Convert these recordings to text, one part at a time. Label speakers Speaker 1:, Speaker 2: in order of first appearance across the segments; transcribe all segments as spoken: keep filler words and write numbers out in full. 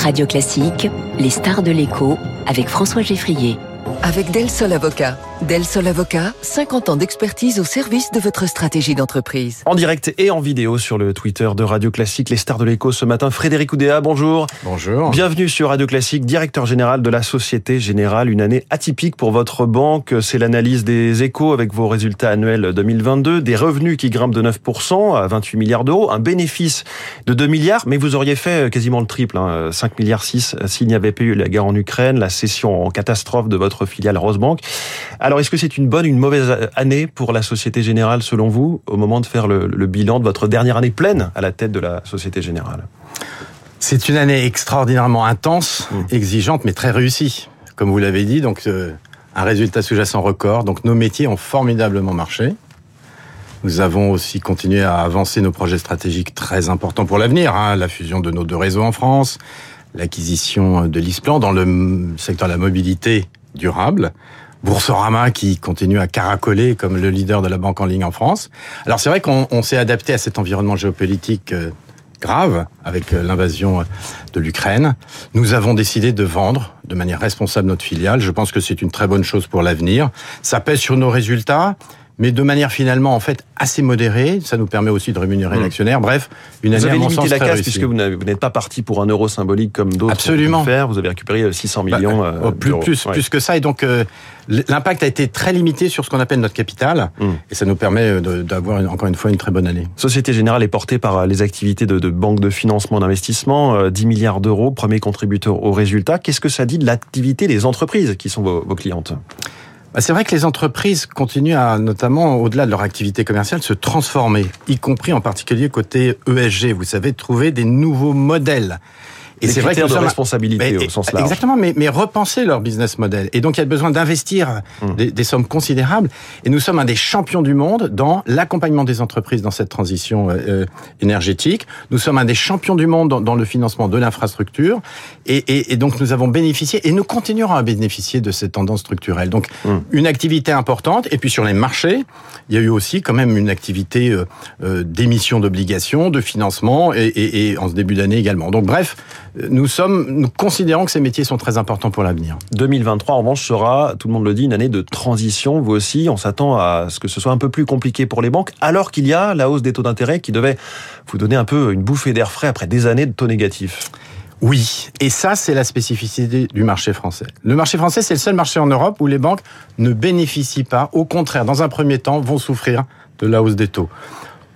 Speaker 1: Radio Classique, les stars de l'écho, avec François Geffrier.
Speaker 2: Avec Del Sol Avocat. Del Sol Avocat, cinquante ans d'expertise au service de votre stratégie d'entreprise.
Speaker 3: En direct et en vidéo sur le Twitter de Radio Classique, les stars de l'écho ce matin. Frédéric Oudéa, bonjour.
Speaker 4: Bonjour.
Speaker 3: Bienvenue sur Radio Classique, directeur général de la Société Générale. Une année atypique pour votre banque. C'est l'analyse des Échos avec vos résultats annuels deux mille vingt-deux. Des revenus qui grimpent de neuf pour cent à vingt-huit milliards d'euros. Un bénéfice de deux milliards, mais vous auriez fait quasiment le triple, hein, cinq milliards six s'il n'y avait pas eu la guerre en Ukraine, la cession en catastrophe de votre filiale Rosbank. Alors, est-ce que c'est une bonne ou une mauvaise année pour la Société Générale, selon vous, au moment de faire le, le bilan de votre dernière année pleine à la tête de la Société Générale ?
Speaker 4: C'est une année extraordinairement intense, mmh. exigeante, mais très réussie. Comme vous l'avez dit, donc euh, un résultat sous-jacent record. Donc nos métiers ont formidablement marché. Nous avons aussi continué à avancer nos projets stratégiques très importants pour l'avenir. Hein, la fusion de nos deux réseaux en France, l'acquisition de LeasePlan dans le secteur de la mobilité durable, Boursorama qui continue à caracoler comme le leader de la banque en ligne en France. Alors c'est vrai qu'on on s'est adapté à cet environnement géopolitique euh, grave avec euh, l'invasion de l'Ukraine. Nous avons décidé de vendre de manière responsable notre filiale. Je pense que c'est une très bonne chose pour l'avenir. Ça pèse sur nos résultats, mais de manière finalement en fait assez modérée. Ça nous permet aussi de rémunérer mmh. l'actionnaire. Bref, une année à mon sens très réussie. Vous avez limité la casse
Speaker 3: puisque vous n'êtes pas parti pour un euro symbolique comme d'autres.
Speaker 4: Absolument.
Speaker 3: Ont pu le faire. Vous avez récupéré six cents millions
Speaker 4: bah, oh, plus,
Speaker 3: d'euros.
Speaker 4: Plus, ouais. plus que ça. Et donc, euh, l'impact a été très limité sur ce qu'on appelle notre capital. Mmh. Et ça nous permet de, d'avoir une, encore une fois une très bonne année.
Speaker 3: Société Générale est portée par les activités de, de banque de financement d'investissement. Euh, dix milliards d'euros, premier contributeur au résultat. Qu'est-ce que ça dit de l'activité des entreprises qui sont vos, vos clientes ?
Speaker 4: C'est vrai que les entreprises continuent à, notamment au-delà de leur activité commerciale, se transformer, y compris en particulier côté E S G. Vous savez, trouver des nouveaux modèles.
Speaker 3: Et les c'est vrai que de sommes... responsabilité mais, au sens large.
Speaker 4: Exactement, mais, mais repenser leur business model. Et donc, il y a besoin d'investir mmh. des, des sommes considérables. Et nous sommes un des champions du monde dans l'accompagnement des entreprises dans cette transition euh, énergétique. Nous sommes un des champions du monde dans, dans le financement de l'infrastructure. Et, et, et donc, nous avons bénéficié et nous continuerons à bénéficier de cette tendance structurelle. Donc, mmh. une activité importante. Et puis, sur les marchés, il y a eu aussi quand même une activité euh, euh, d'émission d'obligations, de financement et, et, et en ce début d'année également. Donc, bref, Nous sommes, nous considérons que ces métiers sont très importants pour l'avenir.
Speaker 3: deux mille vingt-trois, en revanche, sera, tout le monde le dit, une année de transition. Vous aussi, on s'attend à ce que ce soit un peu plus compliqué pour les banques, alors qu'il y a la hausse des taux d'intérêt qui devait vous donner un peu une bouffée d'air frais après des années de taux négatifs.
Speaker 4: Oui, et ça, c'est la spécificité du marché français. Le marché français, c'est le seul marché en Europe où les banques ne bénéficient pas, au contraire, dans un premier temps, vont souffrir de la hausse des taux. Pourquoi ?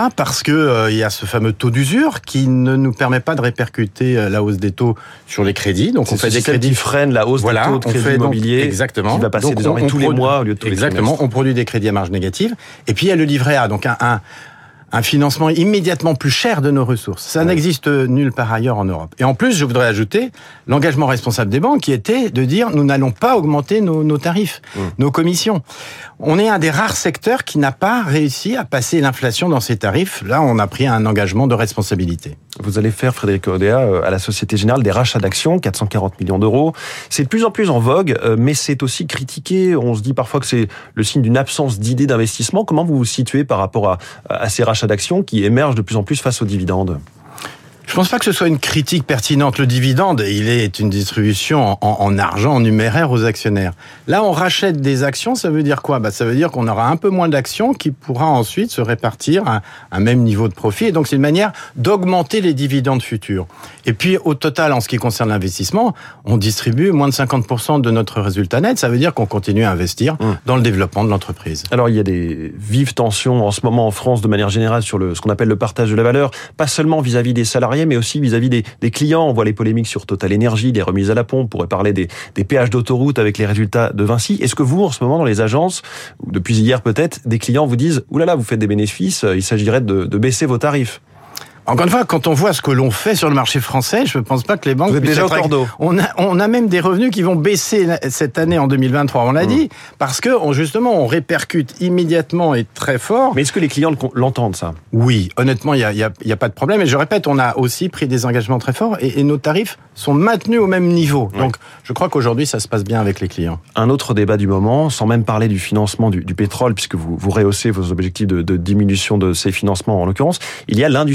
Speaker 4: Parce que euh, il y a ce fameux taux d'usure qui ne nous permet pas de répercuter euh, la hausse des taux sur les crédits. Donc
Speaker 3: c'est
Speaker 4: on fait des crédits
Speaker 3: qui freinent la hausse
Speaker 4: voilà,
Speaker 3: des taux de crédit immobilier,
Speaker 4: exactement.
Speaker 3: Qui va passer donc désormais on, on tous produit, les mois au lieu de tous
Speaker 4: exactement,
Speaker 3: les trimestres.
Speaker 4: On produit des crédits à marge négative. Et puis il y a le livret A, donc un, un un financement immédiatement plus cher de nos ressources. Ça ouais. n'existe nulle part ailleurs en Europe. Et en plus, je voudrais ajouter l'engagement responsable des banques qui était de dire nous n'allons pas augmenter nos, nos tarifs, mmh. nos commissions. On est un des rares secteurs qui n'a pas réussi à passer l'inflation dans ses tarifs. Là, on a pris un engagement de responsabilité.
Speaker 3: Vous allez faire, Frédéric Oudéa, à la Société Générale des rachats d'actions, quatre cent quarante millions d'euros. C'est de plus en plus en vogue, mais c'est aussi critiqué. On se dit parfois que c'est le signe d'une absence d'idées d'investissement. Comment vous vous situez par rapport à, à ces rachats d'actions qui émergent de plus en plus face aux dividendes ?
Speaker 4: Je pense pas que ce soit une critique pertinente. Le dividende, il est une distribution en, en argent, en numéraire aux actionnaires. Là, on rachète des actions, ça veut dire quoi ? Bah, ça veut dire qu'on aura un peu moins d'actions qui pourra ensuite se répartir à un même niveau de profit. Et donc, c'est une manière d'augmenter les dividendes futurs. Et puis, au total, en ce qui concerne l'investissement, on distribue moins de cinquante pour cent de notre résultat net. Ça veut dire qu'on continue à investir mmh. dans le développement de l'entreprise.
Speaker 3: Alors, il y a des vives tensions en ce moment en France, de manière générale, sur le, ce qu'on appelle le partage de la valeur, pas seulement vis-à-vis des salariés, mais aussi vis-à-vis des, des clients. On voit les polémiques sur Total Énergie, les remises à la pompe. On pourrait parler des, des péages d'autoroute avec les résultats de Vinci. Est-ce que vous, en ce moment, dans les agences, ou depuis hier peut-être, des clients vous disent « Ouh là là, vous faites des bénéfices, il s'agirait de, de baisser vos tarifs ».
Speaker 4: Encore une fois, quand on voit ce que l'on fait sur le marché français, je ne pense pas que les banques...
Speaker 3: Vous êtes déjà au cordeau.
Speaker 4: On a, on a même des revenus qui vont baisser cette année en deux mille vingt-trois, on l'a mmh. dit, parce que on, justement, on répercute immédiatement et très fort.
Speaker 3: Mais est-ce que les clients l'entendent, ça ?
Speaker 4: Oui, honnêtement, il n'y a, y a, y a pas de problème. Et je répète, on a aussi pris des engagements très forts et, et nos tarifs sont maintenus au même niveau. Ouais. Donc, je crois qu'aujourd'hui, ça se passe bien avec les clients.
Speaker 3: Un autre débat du moment, sans même parler du financement du, du pétrole, puisque vous, vous rehaussez vos objectifs de, de diminution de ces financements, en l'occurrence, il y a l'industrie de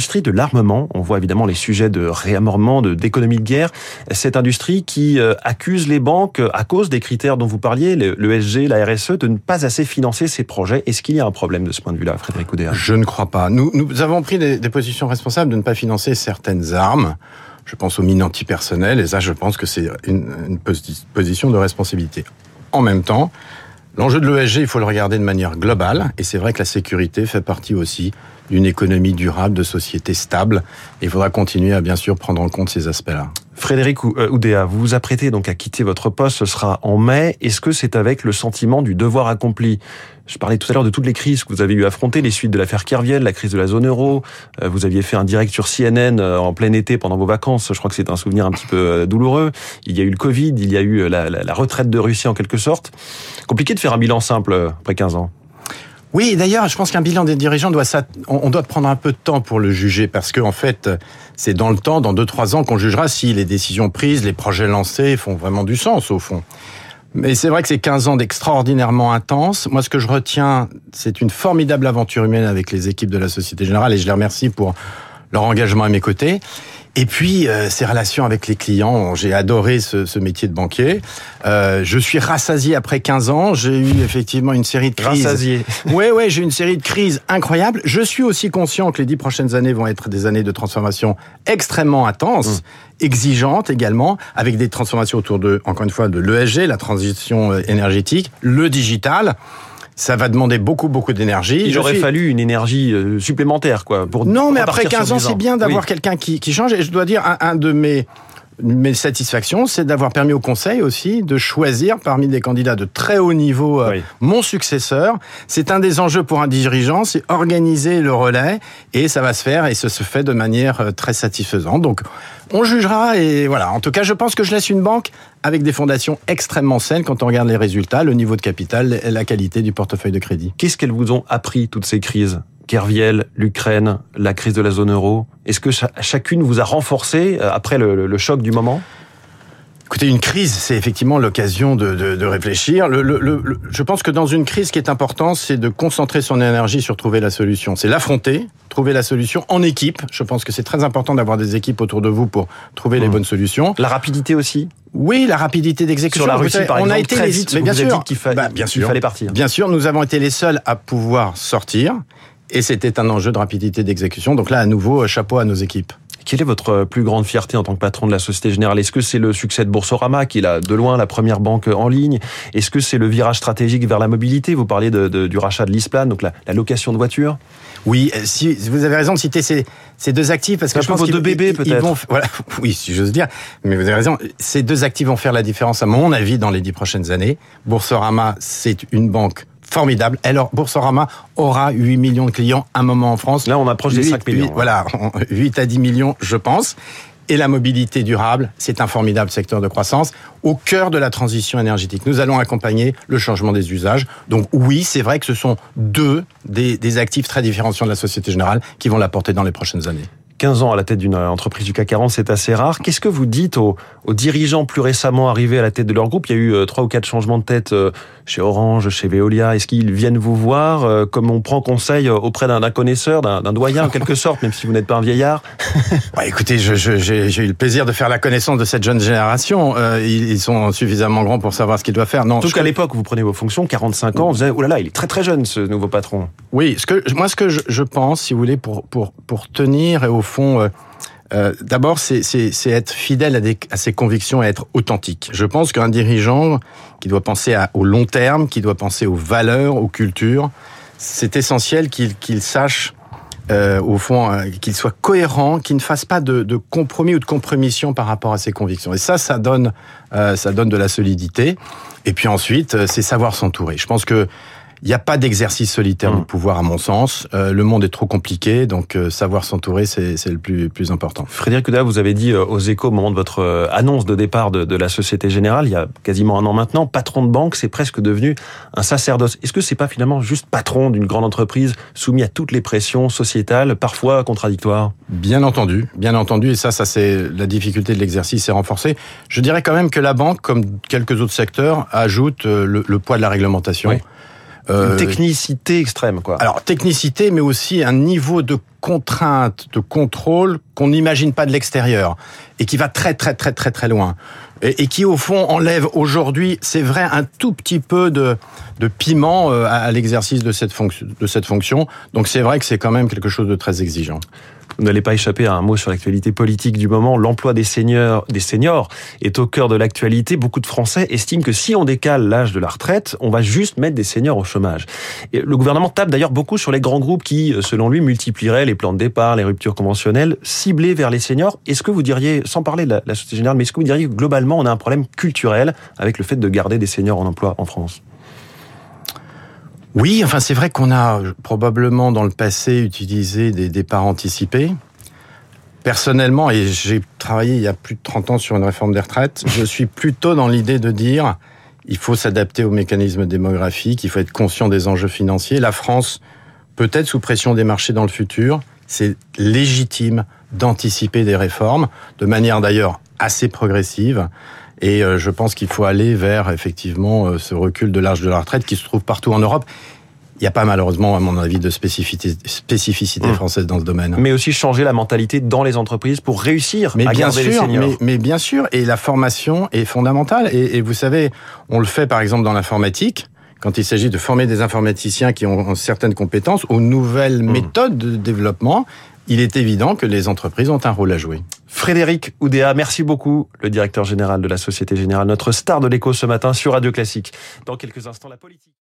Speaker 3: l'armement. On voit évidemment les sujets de réarmement, de d'économie de guerre. Cette industrie qui euh, accuse les banques, euh, à cause des critères dont vous parliez, le, le E S G, la R S E, de ne pas assez financer ces projets. Est-ce qu'il y a un problème de ce point de vue-là, Frédéric Oudéa ?
Speaker 4: Je ne crois pas. Nous, nous avons pris des, des positions responsables de ne pas financer certaines armes. Je pense aux mines antipersonnelles, et ça, je pense que c'est une, une position de responsabilité. En même temps, l'enjeu de l'E S G, il faut le regarder de manière globale, et c'est vrai que la sécurité fait partie aussi d'une économie durable, de société stable, et il faudra continuer à bien sûr prendre en compte ces aspects-là.
Speaker 3: Frédéric Oudéa, vous vous apprêtez donc à quitter votre poste, ce sera en mai. Est-ce que c'est avec le sentiment du devoir accompli ? Je parlais tout à l'heure de toutes les crises que vous avez eu à affronter, les suites de l'affaire Kerviel, la crise de la zone euro. Vous aviez fait un direct sur C N N en plein été pendant vos vacances. Je crois que c'est un souvenir un petit peu douloureux. Il y a eu le Covid, il y a eu la, la, la retraite de Russie en quelque sorte. Compliqué de faire un bilan simple après quinze ans.
Speaker 4: Oui, d'ailleurs, je pense qu'un bilan des dirigeants doit ça, on doit prendre un peu de temps pour le juger, parce que en fait, c'est dans le temps, dans deux trois ans, qu'on jugera si les décisions prises, les projets lancés font vraiment du sens au fond. Mais c'est vrai que c'est quinze ans d'extraordinairement intenses. Moi, ce que je retiens, c'est une formidable aventure humaine avec les équipes de la Société Générale, et je les remercie pour leur engagement à mes côtés. Et puis, euh, ces relations avec les clients, j'ai adoré ce, ce métier de banquier. Euh, je suis rassasié après quinze ans. J'ai eu effectivement une série de crises.
Speaker 3: Rassasié.
Speaker 4: Oui, oui, j'ai une série de crises incroyables. Je suis aussi conscient que les dix prochaines années vont être des années de transformation extrêmement intenses, mmh. exigeantes également, avec des transformations autour de, encore une fois, de l'E S G, la transition énergétique, le digital. Ça va demander beaucoup, beaucoup d'énergie.
Speaker 3: Il
Speaker 4: Je
Speaker 3: aurait
Speaker 4: suis...
Speaker 3: fallu une énergie supplémentaire, quoi. Pour
Speaker 4: non, mais après quinze ans, c'est bien d'avoir
Speaker 3: oui.
Speaker 4: quelqu'un qui, qui change. Et je dois dire, un, un de mes, mes satisfactions, c'est d'avoir permis au Conseil aussi de choisir parmi des candidats de très haut niveau euh, oui. mon successeur. C'est un des enjeux pour un dirigeant, c'est organiser le relais, et ça va se faire, et ça se fait de manière très satisfaisante. Donc, on jugera, et voilà. En tout cas, je pense que je laisse une banque avec des fondations extrêmement saines quand on regarde les résultats, le niveau de capital et la qualité du portefeuille de crédit.
Speaker 3: Qu'est-ce qu'elles vous ont appris, toutes ces crises ? Kerviel, l'Ukraine, la crise de la zone euro. Est-ce que chacune vous a renforcé après le, le choc du moment ?
Speaker 4: Écoutez, une crise, c'est effectivement l'occasion de, de, de réfléchir. Le, le, le, je pense que dans une crise, ce qui est important, c'est de concentrer son énergie sur trouver la solution. C'est l'affronter, trouver la solution en équipe. Je pense que c'est très important d'avoir des équipes autour de vous pour trouver mmh. les bonnes solutions.
Speaker 3: La rapidité aussi ?
Speaker 4: Oui, la rapidité d'exécution.
Speaker 3: Sur la Russie, par
Speaker 4: on
Speaker 3: exemple,
Speaker 4: a été
Speaker 3: très
Speaker 4: les...
Speaker 3: vite,
Speaker 4: mais bien
Speaker 3: vous
Speaker 4: sûr,
Speaker 3: avez dit qu'il, fa...
Speaker 4: bah, bien
Speaker 3: qu'il
Speaker 4: sûr.
Speaker 3: fallait partir.
Speaker 4: Bien sûr, nous avons été les seuls à pouvoir sortir, et c'était un enjeu de rapidité d'exécution. Donc là, à nouveau, chapeau à nos équipes.
Speaker 3: Quelle est votre plus grande fierté en tant que patron de la Société Générale ? Est-ce que c'est le succès de Boursorama, qui est là, de loin la première banque en ligne ? Est-ce que c'est le virage stratégique vers la mobilité ? Vous parliez de, de, du rachat de LeasePlan, donc la, la location de voitures.
Speaker 4: Oui, si vous avez raison de citer ces, ces deux actifs, parce que
Speaker 3: un
Speaker 4: je pense
Speaker 3: vos
Speaker 4: qu'ils
Speaker 3: deux bébés
Speaker 4: ils,
Speaker 3: peut-être.
Speaker 4: Ils vont, voilà, oui, si j'ose dire. Mais vous avez raison. Ces deux actifs vont faire la différence, à mon avis, dans les dix prochaines années. Boursorama, c'est une banque formidable. Alors, Boursorama aura huit millions de clients à un moment en France.
Speaker 3: Là, on approche des cinq millions.
Speaker 4: huit, voilà, huit à dix millions, je pense. Et la mobilité durable, c'est un formidable secteur de croissance au cœur de la transition énergétique. Nous allons accompagner le changement des usages. Donc oui, c'est vrai que ce sont deux des, des actifs très différenciants de la Société Générale qui vont l'apporter dans les prochaines années.
Speaker 3: quinze ans à la tête d'une entreprise du C A C quarante, c'est assez rare. Qu'est-ce que vous dites aux, aux dirigeants plus récemment arrivés à la tête de leur groupe ? Il y a eu trois ou quatre changements de tête chez Orange, chez Veolia. Est-ce qu'ils viennent vous voir comme on prend conseil auprès d'un, d'un connaisseur, d'un, d'un doyen en quelque sorte, même si vous n'êtes pas un vieillard ?
Speaker 4: Ouais, écoutez, je, je, j'ai, j'ai eu le plaisir de faire la connaissance de cette jeune génération. Euh, ils, ils sont suffisamment grands pour savoir ce qu'ils doivent faire. Non,
Speaker 3: en tout
Speaker 4: je...
Speaker 3: cas, à l'époque où vous prenez vos fonctions, quarante-cinq ans, on disait, oh là là, il est très très jeune ce nouveau patron.
Speaker 4: Oui, ce que, moi ce que je, je pense, si vous voulez, pour, pour, pour tenir et au fond... Euh, Euh, d'abord, c'est, c'est, c'est être fidèle à, des, à ses convictions et être authentique. Je pense qu'un dirigeant qui doit penser à, au long terme, qui doit penser aux valeurs, aux cultures, c'est essentiel qu'il, qu'il sache, euh, au fond, euh, qu'il soit cohérent, qu'il ne fasse pas de, de compromis ou de compromission par rapport à ses convictions. Et ça, ça donne, euh, ça donne de la solidité. Et puis ensuite, euh, c'est savoir s'entourer. Je pense que il n'y a pas d'exercice solitaire mmh. du pouvoir, à mon sens. Euh, le monde est trop compliqué, donc euh, savoir s'entourer, c'est, c'est le plus, plus important.
Speaker 3: Frédéric Oudéa, vous avez dit euh, aux Échos, au moment de votre euh, annonce de départ de, de la Société Générale, il y a quasiment un an maintenant, patron de banque, c'est presque devenu un sacerdoce. Est-ce que c'est pas finalement juste patron d'une grande entreprise soumis à toutes les pressions sociétales, parfois contradictoires ?
Speaker 4: Bien entendu, bien entendu, et ça, ça c'est la difficulté de l'exercice, c'est renforcé. Je dirais quand même que la banque, comme quelques autres secteurs, ajoute le, le poids de la réglementation. Oui.
Speaker 3: Euh, Une technicité extrême, quoi.
Speaker 4: Alors, technicité, mais aussi un niveau de contrainte, de contrôle qu'on n'imagine pas de l'extérieur et qui va très, très, très, très, très loin. Et, et qui, au fond, enlève aujourd'hui, c'est vrai, un tout petit peu de, de piment à, à l'exercice de cette fonction, de cette fonction. Donc, c'est vrai que c'est quand même quelque chose de très exigeant.
Speaker 3: Vous n'allez pas échapper à un mot sur l'actualité politique du moment. L'emploi des seniors, des seniors est au cœur de l'actualité. Beaucoup de Français estiment que si on décale l'âge de la retraite, on va juste mettre des seniors au chômage. Et le gouvernement tape d'ailleurs beaucoup sur les grands groupes qui, selon lui, multiplieraient les plans de départ, les ruptures conventionnelles, ciblées vers les seniors. Est-ce que vous diriez, sans parler de la, la Société Générale, mais est-ce que vous diriez que globalement, on a un problème culturel avec le fait de garder des seniors en emploi en France ?
Speaker 4: Oui, enfin c'est vrai qu'on a probablement dans le passé utilisé des départs anticipés. Personnellement, et j'ai travaillé il y a plus de trente ans sur une réforme des retraites, je suis plutôt dans l'idée de dire il faut s'adapter aux mécanismes démographiques, il faut être conscient des enjeux financiers. La France peut être sous pression des marchés dans le futur. C'est légitime d'anticiper des réformes, de manière d'ailleurs assez progressive. Et je pense qu'il faut aller vers, effectivement, ce recul de l'âge de la retraite qui se trouve partout en Europe. Il n'y a pas, malheureusement, à mon avis, de spécificité, spécificité mmh. française dans ce domaine.
Speaker 3: Mais aussi changer la mentalité dans les entreprises pour réussir
Speaker 4: mais
Speaker 3: à
Speaker 4: bien
Speaker 3: garder
Speaker 4: sûr,
Speaker 3: les seniors.
Speaker 4: Mais, mais bien sûr, et la formation est fondamentale. Et, et vous savez, on le fait, par exemple, dans l'informatique, quand il s'agit de former des informaticiens qui ont certaines compétences aux nouvelles mmh. méthodes de développement. Il est évident que les entreprises ont un rôle à jouer.
Speaker 3: Frédéric Oudéa, merci beaucoup, le directeur général de la Société Générale, notre star de l'écho ce matin sur Radio Classique. Dans quelques instants, la politique.